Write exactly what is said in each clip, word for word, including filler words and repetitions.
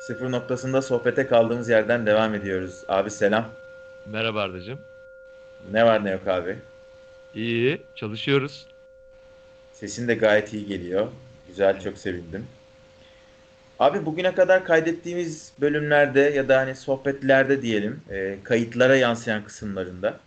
Sıfır noktasında sohbete kaldığımız yerden devam ediyoruz. Abi selam. Merhaba Ardacığım. Ne var ne yok abi. İyi, çalışıyoruz. Sesin de gayet iyi geliyor. Güzel, Evet. çok sevindim. Abi bugüne kadar kaydettiğimiz bölümlerde ya da hani sohbetlerde diyelim, e, kayıtlara yansıyan kısımlarında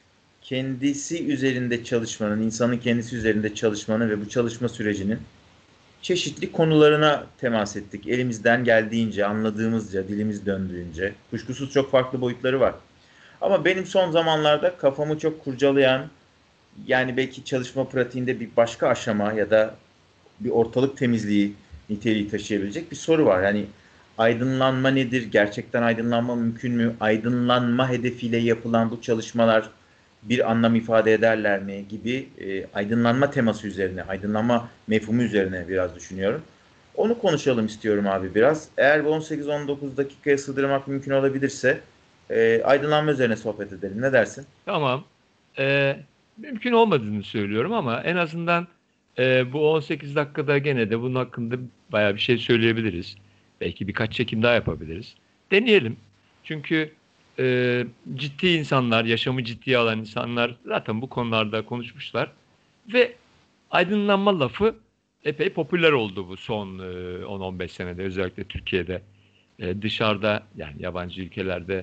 kendisi üzerinde çalışmanın, insanın kendisi üzerinde çalışmanın ve bu çalışma sürecinin çeşitli konularına temas ettik. Elimizden geldiğince, anladığımızca, dilimiz döndüğünce. Kuşkusuz çok farklı boyutları var. Ama benim son zamanlarda kafamı çok kurcalayan, yani belki çalışma pratiğinde bir başka aşama ya da bir ortalık temizliği niteliği taşıyabilecek bir soru var. Yani aydınlanma nedir? Gerçekten aydınlanma mümkün mü? Aydınlanma hedefiyle yapılan bu çalışmalar bir anlam ifade ederler mi gibi e, aydınlanma teması üzerine, aydınlanma mefhumu üzerine biraz düşünüyorum. Onu konuşalım istiyorum abi biraz. Eğer bu on sekiz on dokuz dakikaya sığdırmak mümkün olabilirse e, aydınlanma üzerine sohbet edelim. Ne dersin? Tamam. Ee, Mümkün olmadığını söylüyorum ama en azından e, bu on sekiz dakikada gene de bunun hakkında bayağı bir şey söyleyebiliriz. Belki birkaç çekim daha yapabiliriz. Deneyelim. Çünkü e, ciddi insanlar, yaşamı ciddiye alan insanlar zaten bu konularda konuşmuşlar. Ve aydınlanma lafı epey popüler oldu bu son e, on on beş senede, özellikle Türkiye'de. E, dışarıda, yani yabancı ülkelerde,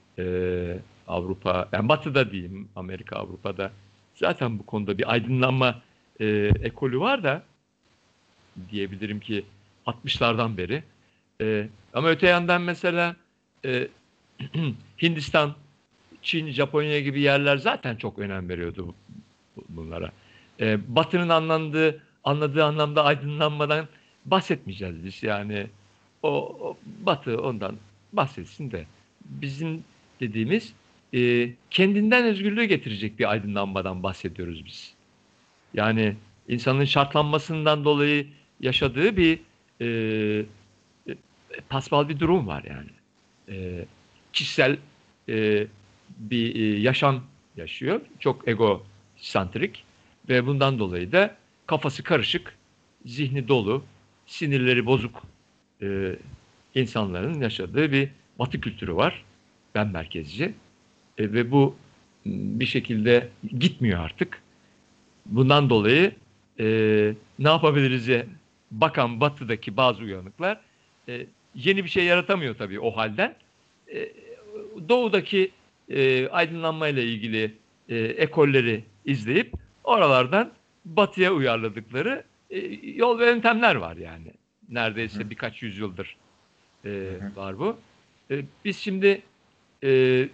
e, Avrupa, yani Batı'da diyeyim, Amerika, Avrupa'da zaten bu konuda bir aydınlanma e, ekolü var da, diyebilirim ki altmışlardan beri. E, ama öte yandan mesela e, Hindistan, Çin, Japonya gibi yerler zaten çok önem veriyordu bu- bu- bunlara. E, Batı'nın anlandığı, anladığı anlamda aydınlanmadan bahsetmeyeceğiz biz. Yani o, o Batı ondan bahsetsin de bizim dediğimiz e, kendinden özgürlüğü getirecek bir aydınlanmadan bahsediyoruz biz. Yani insanın şartlanmasından dolayı yaşadığı bir e, e, pasbal bir durum var yani. E, Kişisel e, bir e, yaşam yaşıyor. Çok egosantrik ve bundan dolayı da kafası karışık, zihni dolu, sinirleri bozuk e, insanların yaşadığı bir Batı kültürü var. Ben merkezci. E, ve bu m, bir şekilde gitmiyor artık. Bundan dolayı e, ne yapabiliriz diye bakan Batı'daki bazı uyanıklar e, yeni bir şey yaratamıyor tabii o halden. E, Doğu'daki e, aydınlanma ile ilgili e, ekolleri izleyip oralardan Batı'ya uyarladıkları e, yol ve yöntemler var yani. Hı hı, Neredeyse birkaç yüzyıldır hı e, hı. var bu. E, biz şimdi e,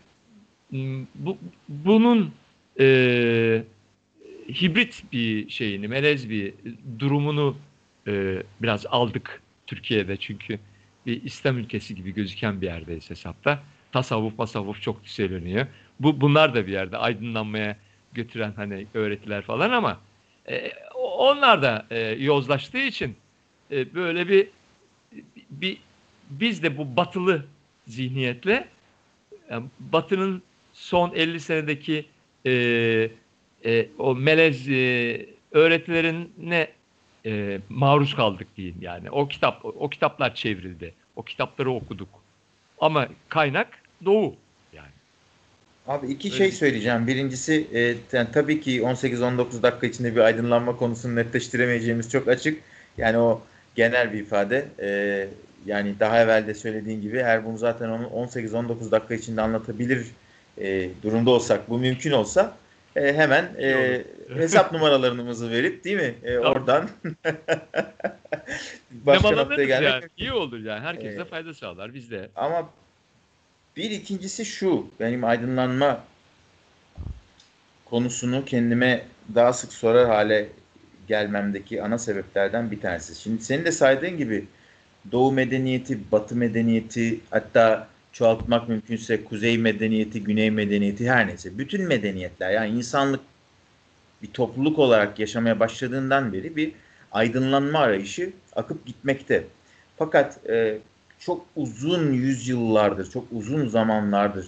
bu, bunun e, hibrit bir şeyini, melez bir durumunu e, biraz aldık Türkiye'de, çünkü bir İslam ülkesi gibi gözüken bir yerdeyiz hesapta. Tasavvuf, masavvuf çok söyleniyor. Bu bunlar da bir yerde aydınlanmaya götüren hani öğretiler falan, ama e, onlar da e, yozlaştığı için e, böyle bir, bir biz de bu batılı zihniyetle, yani Batı'nın son elli senedeki e, e, o melez e, öğretilerine e, maruz kaldık diyeyim yani. O kitap, o kitaplar çevrildi. O kitapları okuduk. Ama kaynak Doğu yani. Abi iki Öyle şey düşünüyorum. söyleyeceğim. Birincisi e, yani tabii ki on sekiz on dokuz dakika içinde bir aydınlanma konusunu netleştiremeyeceğimiz çok açık. Yani o genel bir ifade. E, yani daha evvel de söylediğin gibi eğer bunu zaten onu on sekiz on dokuz dakika içinde anlatabilir e, durumda olsak, bu mümkün olsa e, hemen İyi olur. e, hesap numaralarımızı verip değil mi? E, Tabii. oradan başka noktaya Nemalanırız gelmek yani. İyi mümkün. olur yani. Herkese E, fayda sağlar. Biz de. ama bir ikincisi şu, benim aydınlanma konusunu kendime daha sık sorar hale gelmemdeki ana sebeplerden bir tanesi. Şimdi senin de saydığın gibi Doğu medeniyeti, Batı medeniyeti, hatta çoğaltmak mümkünse Kuzey medeniyeti, Güney medeniyeti, her neyse. Bütün medeniyetler, yani insanlık bir topluluk olarak yaşamaya başladığından beri bir aydınlanma arayışı akıp gitmekte. Fakat e, çok uzun yüzyıllardır, çok uzun zamanlardır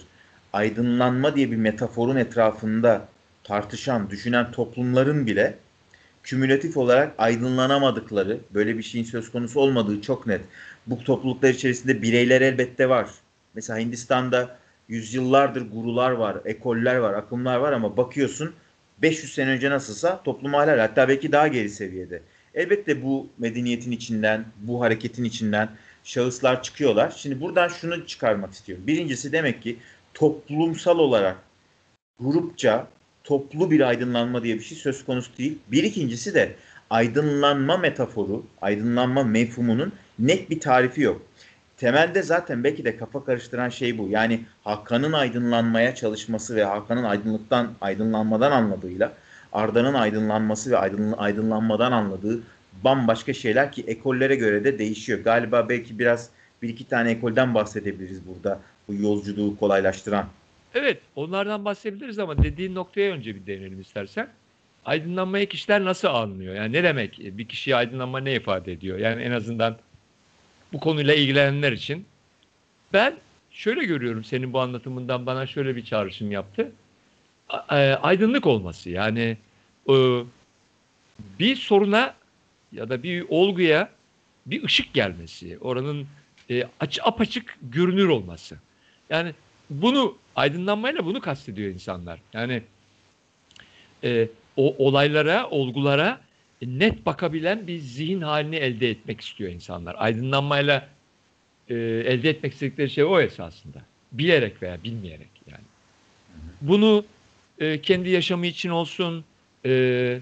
aydınlanma diye bir metaforun etrafında tartışan, düşünen toplumların bile kümülatif olarak aydınlanamadıkları, böyle bir şeyin söz konusu olmadığı çok net. Bu topluluklar içerisinde bireyler elbette var. Mesela Hindistan'da yüzyıllardır gurular var, ekoller var, akımlar var ama bakıyorsun beş yüz sene önce nasılsa toplum hala, hatta belki daha geri seviyede. Elbette bu medeniyetin içinden, bu hareketin içinden şahıslar çıkıyorlar. Şimdi buradan şunu çıkarmak istiyorum. Birincisi, demek ki toplumsal olarak, grupça, toplu bir aydınlanma diye bir şey söz konusu değil. Bir ikincisi de aydınlanma metaforu, aydınlanma mefhumunun net bir tarifi yok. Temelde zaten belki de kafa karıştıran şey bu. Yani Hakan'ın aydınlanmaya çalışması ve Hakan'ın aydınlıktan, aydınlanmadan anladığıyla Arda'nın aydınlanması ve aydın, aydınlanmadan anladığı bambaşka şeyler ki ekollere göre de değişiyor. Galiba belki biraz bir iki tane ekolden bahsedebiliriz burada, bu yolculuğu kolaylaştıran. Evet, onlardan bahsedebiliriz ama dediğin noktaya önce bir değinelim istersen. Aydınlanmayı kişiler nasıl anlıyor? Yani ne demek bir kişiye aydınlanma ne ifade ediyor? Yani en azından bu konuyla ilgilenenler için. Ben şöyle görüyorum, senin bu anlatımından bana şöyle bir çağrışım yaptı. A- e, Aydınlık olması, yani e, bir soruna ya da bir olguya bir ışık gelmesi, oranın e, aç, apaçık görünür olması. Yani bunu, aydınlanmayla bunu kastediyor insanlar. Yani e, o olaylara, olgulara e, net bakabilen bir zihin halini elde etmek istiyor insanlar. Aydınlanmayla e, elde etmek istedikleri şey o esasında. Bilerek veya bilmeyerek yani. Bunu e, kendi yaşamı için olsun, e,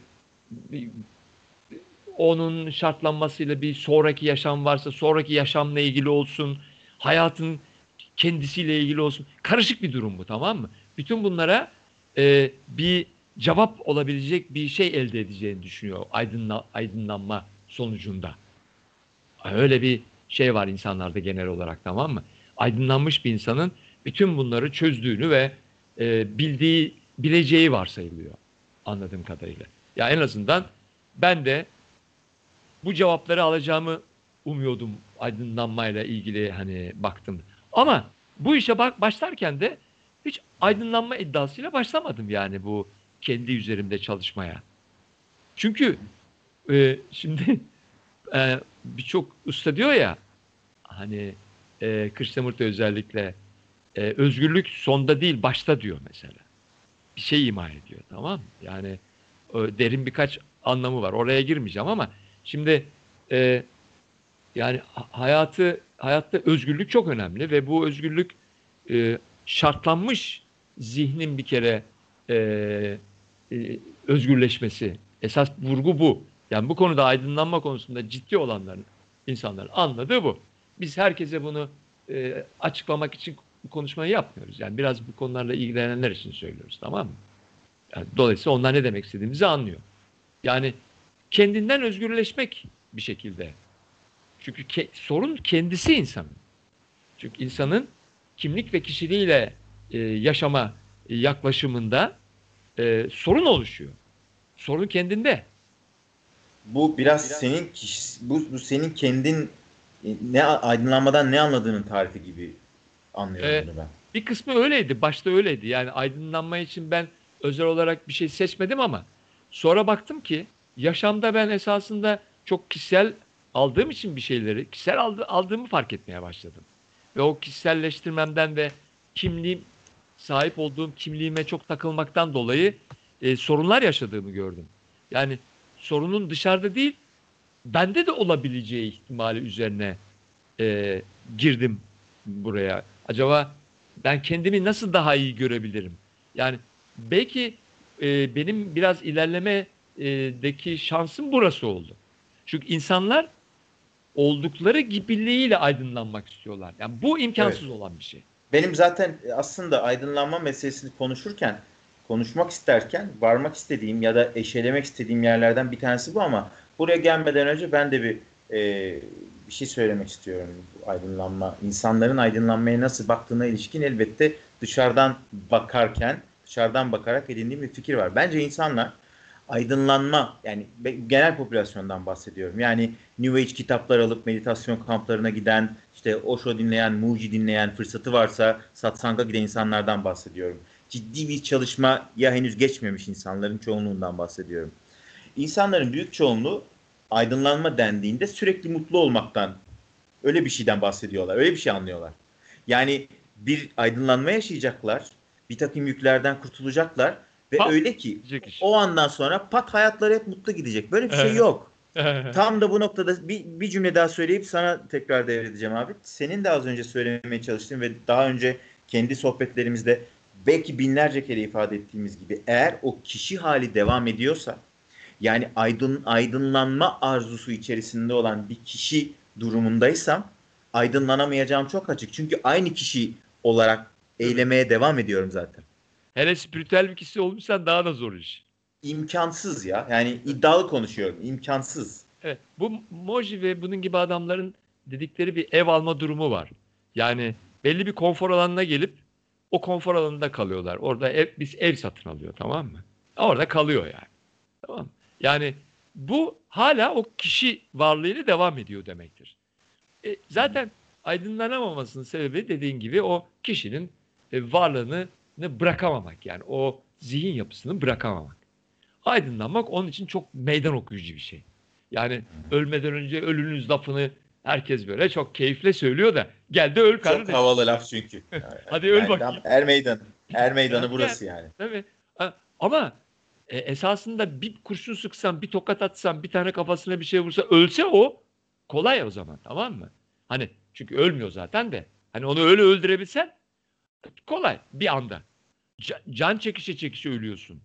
onun şartlanmasıyla bir sonraki yaşam varsa sonraki yaşamla ilgili olsun, hayatın kendisiyle ilgili olsun. Karışık bir durum bu, tamam mı? Bütün bunlara e, bir cevap olabilecek bir şey elde edeceğini düşünüyor aydınla, aydınlanma sonucunda. Öyle bir şey var insanlarda genel olarak, tamam mı? Aydınlanmış bir insanın bütün bunları çözdüğünü ve e, bildiği, bileceği varsayılıyor anladığım kadarıyla. Ya en azından ben de bu cevapları alacağımı umuyordum aydınlanmayla ilgili, hani baktım. Ama bu işe bak başlarken de hiç aydınlanma iddiasıyla başlamadım yani bu kendi üzerimde çalışmaya. Çünkü e, şimdi e, birçok usta diyor ya, hani e, Krishnamurti özellikle e, özgürlük sonda değil başta diyor mesela. Bir şey ima ediyor, tamam mı? Yani e, derin birkaç anlamı var. Oraya girmeyeceğim ama şimdi e, yani hayatı hayatta özgürlük çok önemli ve bu özgürlük e, şartlanmış zihnin bir kere e, e, özgürleşmesi. Esas vurgu bu. Yani bu konuda, aydınlanma konusunda ciddi olanların, insanların anladığı bu. Biz herkese bunu e, açıklamak için bu konuşmayı yapmıyoruz. Yani biraz bu konularla ilgilenenler için söylüyoruz, tamam mı? Yani dolayısıyla onlar ne demek istediğimizi anlıyor. Yani kendinden özgürleşmek bir şekilde. Çünkü ke- sorun kendisi insanın. Çünkü insanın kimlik ve kişiliğiyle e, yaşama e, yaklaşımında e, sorun oluşuyor. Sorun kendinde. Bu biraz senin kişi, bu, bu senin kendin e, ne aydınlanmadan ne anladığının tarifi gibi anlıyorum E, bunu ben. Bir kısmı öyleydi. Başta öyleydi. Yani aydınlanma için ben özel olarak bir şey seçmedim ama sonra baktım ki yaşamda ben esasında çok kişisel aldığım için bir şeyleri kişisel aldı, aldığımı fark etmeye başladım. Ve o kişiselleştirmemden ve kimliğim, sahip olduğum kimliğime çok takılmaktan dolayı e, sorunlar yaşadığımı gördüm. Yani sorunun dışarıda değil, bende de olabileceği ihtimali üzerine e, girdim buraya. Acaba ben kendimi nasıl daha iyi görebilirim? Yani belki e, benim biraz ilerlemedeki şansım burası oldu. Çünkü insanlar oldukları gibiliğiyle aydınlanmak istiyorlar. Yani bu Evet. imkansız olan bir şey. Benim zaten aslında aydınlanma meselesini konuşurken, konuşmak isterken varmak istediğim ya da eşelemek istediğim yerlerden bir tanesi bu ama buraya gelmeden önce ben de bir e, bir şey söylemek istiyorum. Bu aydınlanma, insanların aydınlanmaya nasıl baktığına ilişkin elbette dışarıdan bakarken, dışarıdan bakarak edindiğim bir fikir var. Bence insanlar aydınlanma, yani genel popülasyondan bahsediyorum. Yani New Age kitaplar alıp meditasyon kamplarına giden, işte Osho dinleyen, Muji dinleyen, fırsatı varsa satsanga giden insanlardan bahsediyorum. Ciddi bir çalışmaya henüz geçmemiş insanların çoğunluğundan bahsediyorum. İnsanların büyük çoğunluğu aydınlanma dendiğinde sürekli mutlu olmaktan, öyle bir şeyden bahsediyorlar. Öyle bir şey anlıyorlar. Yani bir aydınlanma yaşayacaklar. Bir takım yüklerden kurtulacaklar. Ve Pat öyle ki diyecek iş. o andan sonra pat hayatları hep mutlu gidecek. Böyle bir şey yok. Tam da bu noktada bir, bir cümle daha söyleyip sana tekrar devredeceğim abi. Senin de az önce söylemeye çalıştığın ve daha önce kendi sohbetlerimizde belki binlerce kere ifade ettiğimiz gibi, eğer o kişi hali devam ediyorsa, yani aydın aydınlanma arzusu içerisinde olan bir kişi durumundaysam, aydınlanamayacağım çok açık. Çünkü aynı kişi olarak Tabii. eylemeye devam ediyorum zaten. Hele spiritüel bir kişi olmuşsan daha da zor iş. İmkansız ya. Yani Evet. iddialı konuşuyorum. İmkansız. Evet. Bu Moji ve bunun gibi adamların dedikleri bir ev alma durumu var. Yani belli bir konfor alanına gelip o konfor alanında kalıyorlar. Orada ev, biz ev satın alıyor, tamam mı? Orada kalıyor yani. Tamam mı? Yani bu hala o kişi varlığıyla devam ediyor demektir. E, zaten aydınlanamamasının sebebi dediğin gibi o kişinin e, varlığını bırakamamak. Yani o zihin yapısını bırakamamak. Aydınlanmak onun için çok meydan okuyucu bir şey. Yani ölmeden önce ölünüz lafını herkes böyle çok keyifle söylüyor da gel de öl Çok kardeş. havalı laf çünkü. Hadi öl Yani tam bakayım. er meydanı. Er meydanı Yani gel. burası yani. Tabii. Ha, ama e, esasında bir kurşun sıksan, bir tokat atsan, bir tane kafasına bir şey vursa ölse o kolay o zaman, tamam mı? Hani çünkü ölmüyor zaten de. Hani onu öyle öldürebilsen kolay bir anda. Ca- Can çekişe çekişe ölüyorsun.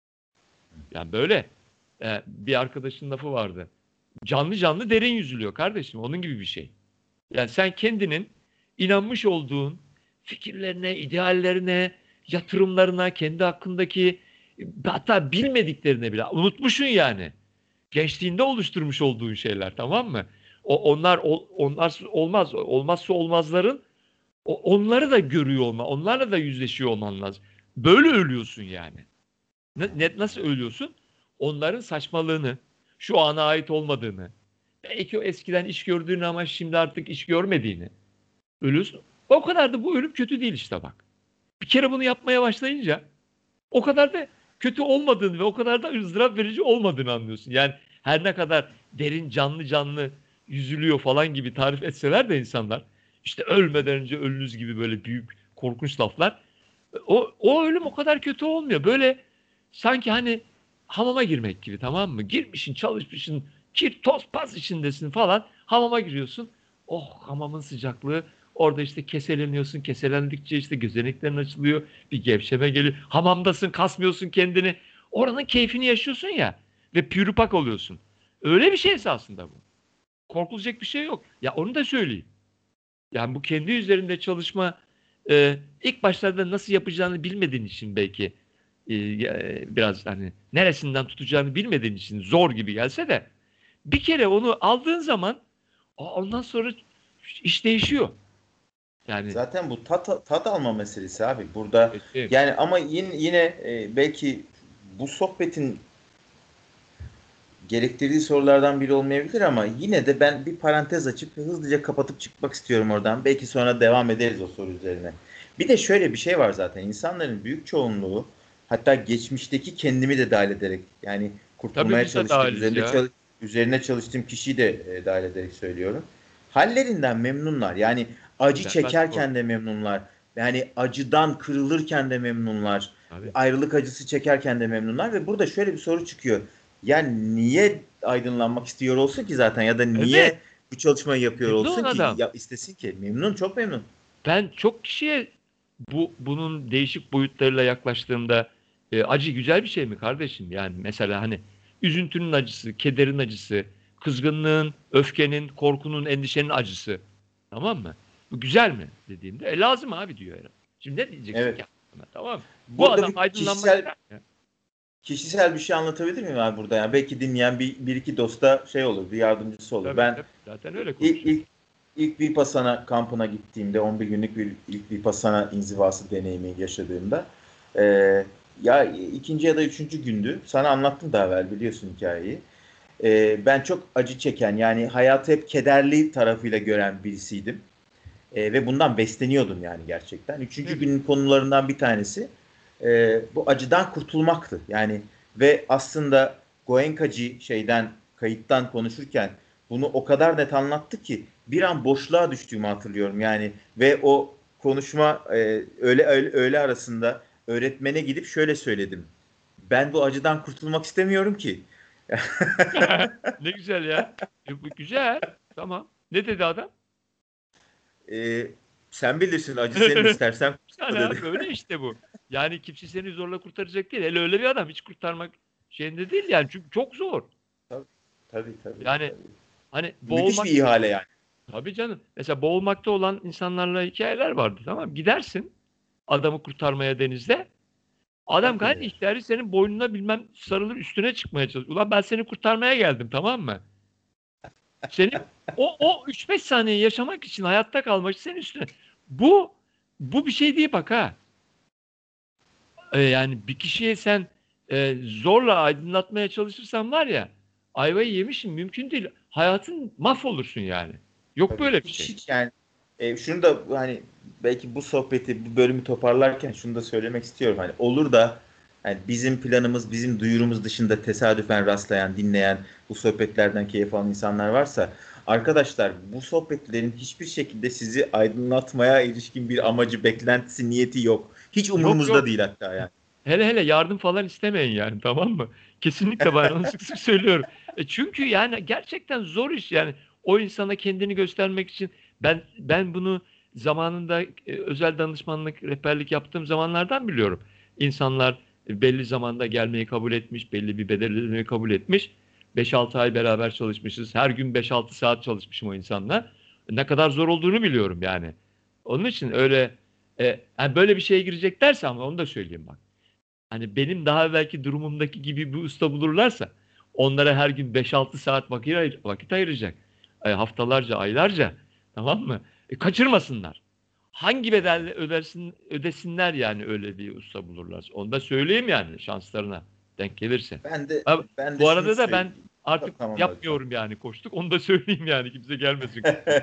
Yani böyle e, bir arkadaşın lafı vardı. Canlı canlı derin yüzülüyor kardeşim. Onun gibi bir şey. Yani sen kendinin inanmış olduğun fikirlerine, ideallerine, yatırımlarına, kendi hakkındaki hatta bilmediklerine bile unutmuşsun yani. Gençliğinde oluşturmuş olduğun şeyler, tamam mı? O, onlar o- onlar olmaz olmazsa olmazların o- onları da görüyor olma, onlarla da yüzleşiyor olman lazım. Böyle ölüyorsun yani. Ne, ne- nasıl ölüyorsun? Onların saçmalığını, şu ana ait olmadığını, belki o eskiden iş gördüğünü ama şimdi artık iş görmediğini ölüyorsun. O kadar da bu ölüm kötü değil işte bak. Bir kere bunu yapmaya başlayınca o kadar da kötü olmadığını ve o kadar da ızdırap verici olmadığını anlıyorsun. Yani her ne kadar derin canlı canlı yüzülüyor falan gibi tarif etseler de insanlar işte ölmeden önce ölünüz gibi böyle büyük korkunç laflar o, o ölüm o kadar kötü olmuyor. Böyle sanki hani hamama girmek gibi, tamam mı? Girmişsin, çalışmışsın, kir, toz, paz içindesin falan. Hamama giriyorsun. Oh, hamamın sıcaklığı. Orada işte keseleniyorsun. Keselendikçe işte gözeneklerin açılıyor. Bir gevşeme geliyor. Hamamdasın, kasmıyorsun kendini. Oranın keyfini yaşıyorsun ya. Ve pürüpak oluyorsun. Öyle bir şey esasında bu. Korkulacak bir şey yok. Ya onu da söyleyeyim. Yani bu kendi üzerinde çalışma e, ilk başlarda nasıl yapacağını bilmediğin için belki e, e, biraz hani neresinden tutacağını bilmediğin için zor gibi gelse de bir kere onu aldığın zaman o- ondan sonra iş değişiyor. Yani Zaten bu tat, tat alma meselesi abi. Burada e, yani ama yine, yine e, belki bu sohbetin gerektirdiği sorulardan biri olmayabilir ama yine de ben bir parantez açıp hızlıca kapatıp çıkmak istiyorum oradan. Belki sonra devam ederiz o soru üzerine. Bir de şöyle bir şey var zaten. İnsanların büyük çoğunluğu, hatta geçmişteki kendimi de dahil ederek, yani tabii kurtulmaya biz de çalıştığım, dahiliz üzerinde ya. çal- üzerine çalıştığım kişiyi de e, dahil ederek söylüyorum. Hallerinden memnunlar. Yani acı Demez mi olur? çekerken de memnunlar. Yani acıdan kırılırken de memnunlar. Tabii. Ayrılık acısı çekerken de memnunlar ve burada şöyle bir soru çıkıyor. Yani niye aydınlanmak istiyor olsun ki zaten, ya da Evet. niye bu çalışmayı yapıyor Memnun olsun ki, adam. ya istesin ki? Memnun, çok memnun. Ben çok kişiye bu bunun değişik boyutlarıyla yaklaştığımda e, acı güzel bir şey mi kardeşim? Yani mesela hani üzüntünün acısı, kederin acısı, kızgınlığın, öfkenin, korkunun, endişenin acısı. Tamam mı? Bu güzel mi dediğimde e, lazım abi diyor herhalde. Şimdi ne diyeceksin ki Evet. adama, tamam mı? Bu Burada adam bir aydınlanmak kişisel ister mi? kişisel bir şey anlatabilir miyim abi burada? Yani belki dinleyen bir, bir iki dosta şey olur, bir yardımcısı olur. Tabii Ben tabii. Zaten öyle ilk konuşuyor. ilk ilk Vipassana kampına gittiğimde, on bir günlük bir ilk Vipassana inzivası deneyimi yaşadığımda, e, ya ikinci ya da üçüncü gündü. Sana anlattım daha evvel, biliyorsun hikayeyi. E, ben çok acı çeken, yani hayatı hep kederli tarafıyla gören birisiydim. E, ve bundan besleniyordum yani gerçekten. Üçüncü Tabii. günün konularından bir tanesi e, bu acıdan kurtulmaktı. Yani ve aslında Goenkacı şeyden kayıttan konuşurken bunu o kadar net anlattı ki bir an boşluğa düştüğümü hatırlıyorum yani ve o konuşma e, öğle, öğle öğle arasında öğretmene gidip şöyle söyledim. Ben bu acıdan kurtulmak istemiyorum ki. Ne güzel ya. E, bu güzel. Tamam. Ne dedi adam? E, Sen bilirsin acı senin istersen Yani kurtulma dedi. abi öyle işte bu. Yani kimse seni zorla kurtaracak değil. Hele öyle bir adam hiç kurtarmak şeyinde değil yani. Çünkü çok zor. Tabii tabii tabii. Yani tabii. hani Müthiş boğulmak bir ihale yani. tabii canım. Mesela boğulmakta olan insanlarla hikayeler vardı, tamam mı? Gidersin adamı kurtarmaya denizde. Adam gayet Tabii. ihtiyari senin boynuna bilmem sarılır üstüne çıkmaya çalışıyor. Ulan ben seni kurtarmaya geldim, tamam mı? Senin o o üç beş saniye yaşamak için, hayatta kalmak için senin üstüne. Bu bu bir şey değil bak ha. Ee, yani bir kişiye sen e, zorla aydınlatmaya çalışırsan var ya, ayvayı yemişsin, mümkün değil. Hayatın mahvolursun yani. Yok Tabii. böyle bir Hiç şey. hiç yani e, şunu da hani belki bu sohbeti, bu bölümü toparlarken şunu da söylemek istiyorum. Hani olur da yani bizim planımız, bizim duyurumuz dışında tesadüfen rastlayan, dinleyen, bu sohbetlerden keyif alan insanlar varsa arkadaşlar bu sohbetlerin hiçbir şekilde sizi aydınlatmaya ilişkin bir amacı, beklentisi, niyeti yok. Hiç Yok umurumuzda yok. değil hatta yani. Hele hele yardım falan istemeyin yani, tamam mı? Kesinlikle, ben onu sık sık söylüyorum. E çünkü yani gerçekten zor iş yani, o insana kendini göstermek için ben ben bunu zamanında e, özel danışmanlık, rehberlik yaptığım zamanlardan biliyorum. İnsanlar e, belli zamanda gelmeyi kabul etmiş, belli bir bedel ödemeyi kabul etmiş. beş altı ay beraber çalışmışız. Her gün beş altı saat çalışmışım o insanla. Ne kadar zor olduğunu biliyorum yani. Onun için öyle e, yani böyle bir şeye gireceklerse, ama onu da söyleyeyim bak. Hani benim daha evvelki durumumdaki gibi bir usta bulurlarsa onlara her gün beş altı saat vakit, ayır, vakit ayıracak. E, haftalarca, aylarca, tamam mı? E, kaçırmasınlar. Hangi bedelle ödersin, ödesinler yani öyle bir usta bulurlarsa. Onu da söyleyeyim yani şanslarına denk gelirse. Ben de Ha, ben de bu şunu arada da ben söyleyeyim. artık Tamam lütfen. yapmıyorum yani koçluk. Onu da söyleyeyim yani, kimse gelmesin kusura.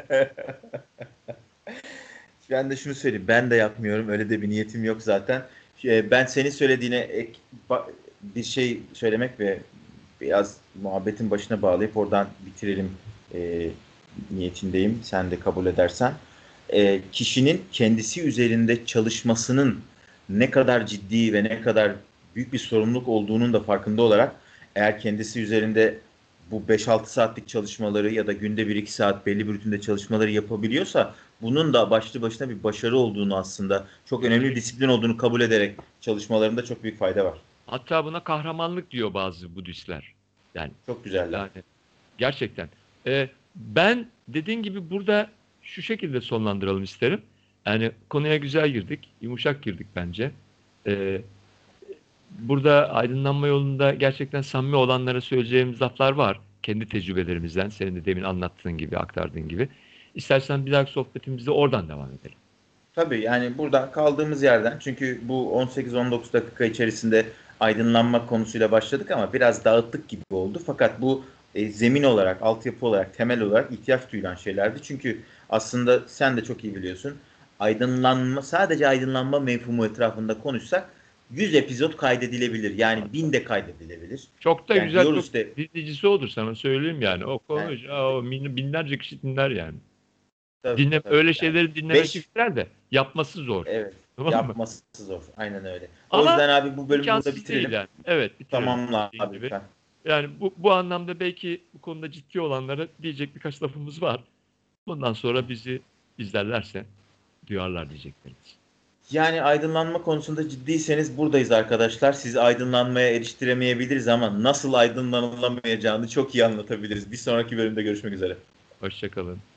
Ben de şunu söyleyeyim. Ben de yapmıyorum. Öyle de bir niyetim yok zaten. Ee, Ben senin söylediğine ek ba- bir şey söylemek ve biraz muhabbetin başına bağlayıp oradan bitirelim e, niyetindeyim. Sen de kabul edersen. E, kişinin kendisi üzerinde çalışmasının ne kadar ciddi ve ne kadar büyük bir sorumluluk olduğunun da farkında olarak eğer kendisi üzerinde bu beş altı saatlik çalışmaları ya da günde bir iki saat belli bir rutinde çalışmaları yapabiliyorsa bunun da başlı başına bir başarı olduğunu, aslında çok önemli bir Kesinlikle. disiplin olduğunu kabul ederek çalışmalarında çok büyük fayda var. Hatta buna kahramanlık diyor bazı Budistler. Yani Çok güzeller. yani gerçekten. Ee, ben dediğin gibi burada şu şekilde sonlandıralım isterim. Yani konuya güzel girdik, yumuşak girdik bence. Ee, burada aydınlanma yolunda gerçekten samimi olanlara söyleyeceğimiz laflar var. Kendi tecrübelerimizden, senin de demin anlattığın gibi, aktardığın gibi. İstersen bir dahaki sohbetimizde oradan devam edelim. Tabii yani buradan kaldığımız yerden, çünkü bu on sekiz on dokuz dakika içerisinde aydınlanma konusuyla başladık ama biraz dağıttık gibi oldu. Fakat bu e, zemin olarak, altyapı olarak, temel olarak ihtiyaç duyulan şeylerdi. Çünkü aslında sen de çok iyi biliyorsun. Aydınlanma, sadece aydınlanma mefhumu etrafında konuşsak yüz epizod kaydedilebilir. Yani bin de kaydedilebilir. Çok da Yani güzel, diyoruz çok işte dinleyicisi olur, sana söyleyeyim yani. O yani, konuş, o bin- binlerce kişi dinler yani. tabii Dinle, tabii öyle yani şeyleri dinlemesi beş. güzel de yapması zor. Evet. Tamam mı? Yapması zor. Aynen öyle. O Ama yüzden abi bu bölümü burada imkansız değil bitirelim. yani. Evet, bitirelim Tamamla dediğin abi gibi. lütfen. Yani bu, bu anlamda belki bu konuda ciddi olanlara diyecek birkaç lafımız var. Bundan sonra bizi izlerlerse duyarlar diyeceklerimiz. Yani aydınlanma konusunda ciddiyseniz buradayız arkadaşlar. Sizi aydınlanmaya eriştiremeyebiliriz ama nasıl aydınlanılamayacağını çok iyi anlatabiliriz. Bir sonraki bölümde görüşmek üzere. Hoşça kalın.